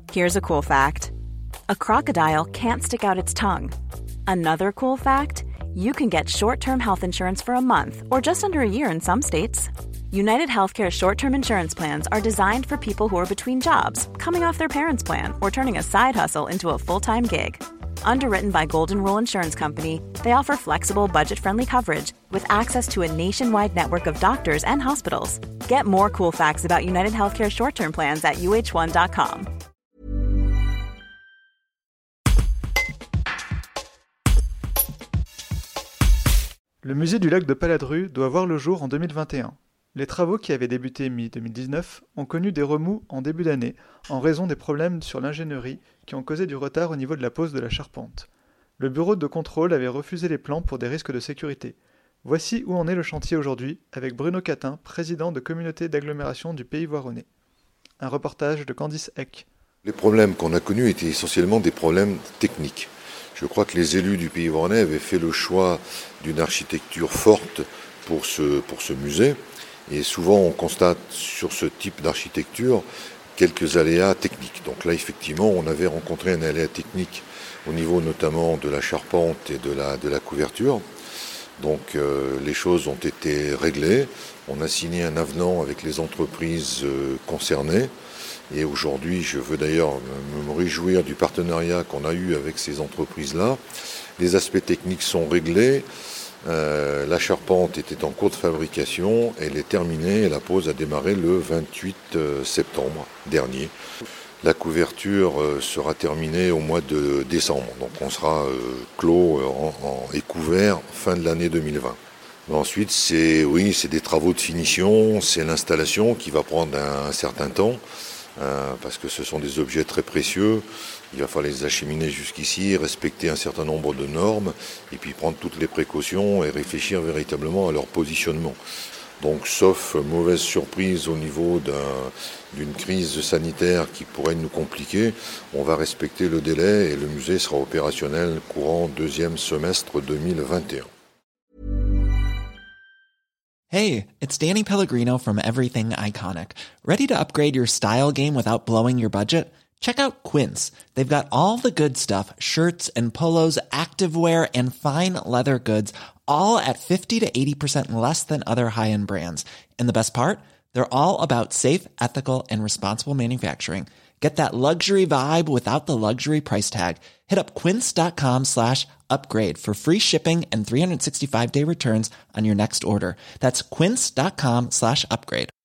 Here's a cool fact. A crocodile can't stick out its tongue. Another cool fact, you can get short-term health insurance for a month or just under a year in some states. United Healthcare short-term insurance plans are designed for people who are between jobs, coming off their parents' plan, or turning a side hustle into a full-time gig. Underwritten by Golden Rule Insurance Company, they offer flexible, budget-friendly coverage with access to a nationwide network of doctors and hospitals. Get more cool facts about United Healthcare short-term plans at uh1.com. Le musée du lac de Paladru doit voir le jour en 2021. Les travaux qui avaient débuté mi-2019 ont connu des remous en début d'année en raison des problèmes sur l'ingénierie qui ont causé du retard au niveau de la pose de la charpente. Le bureau de contrôle avait refusé les plans pour des risques de sécurité. Voici où en est le chantier aujourd'hui avec Bruno Catin, président de communauté d'agglomération du Pays Voironnais. Un reportage de Candice Eck. Les problèmes qu'on a connus étaient essentiellement des problèmes techniques. Je crois que les élus du Pays Voironnais avaient fait le choix d'une architecture forte pour ce musée. Et souvent, on constate sur ce type d'architecture quelques aléas techniques. Donc là, effectivement, on avait rencontré un aléa technique au niveau notamment de la charpente et de la couverture. Donc les choses ont été réglées. On a signé un avenant avec les entreprises concernées. Et aujourd'hui, je veux d'ailleurs me réjouir du partenariat qu'on a eu avec ces entreprises-là. Les aspects techniques sont réglés. La charpente était en cours de fabrication, elle est terminée et la pose a démarré le 28 septembre dernier. La couverture sera terminée au mois de décembre, donc on sera clos et couvert fin de l'année 2020. Mais ensuite, c'est des travaux de finition, c'est l'installation qui va prendre un certain temps. Parce que ce sont des objets très précieux, il va falloir les acheminer jusqu'ici, respecter un certain nombre de normes, et puis prendre toutes les précautions et réfléchir véritablement à leur positionnement. Donc, sauf mauvaise surprise au niveau d'une crise sanitaire qui pourrait nous compliquer, on va respecter le délai et le musée sera opérationnel courant deuxième semestre 2021. Hey, it's Danny Pellegrino from Everything Iconic. Ready to upgrade your style game without blowing your budget? Check out Quince. They've got all the good stuff, shirts and polos, activewear, and fine leather goods, all at 50 to 80% less than other high-end brands. And the best part? They're all about safe, ethical, and responsible manufacturing. Get that luxury vibe without the luxury price tag. Hit up quince.com/upgrade for free shipping and 365-day returns on your next order. That's quince.com/upgrade.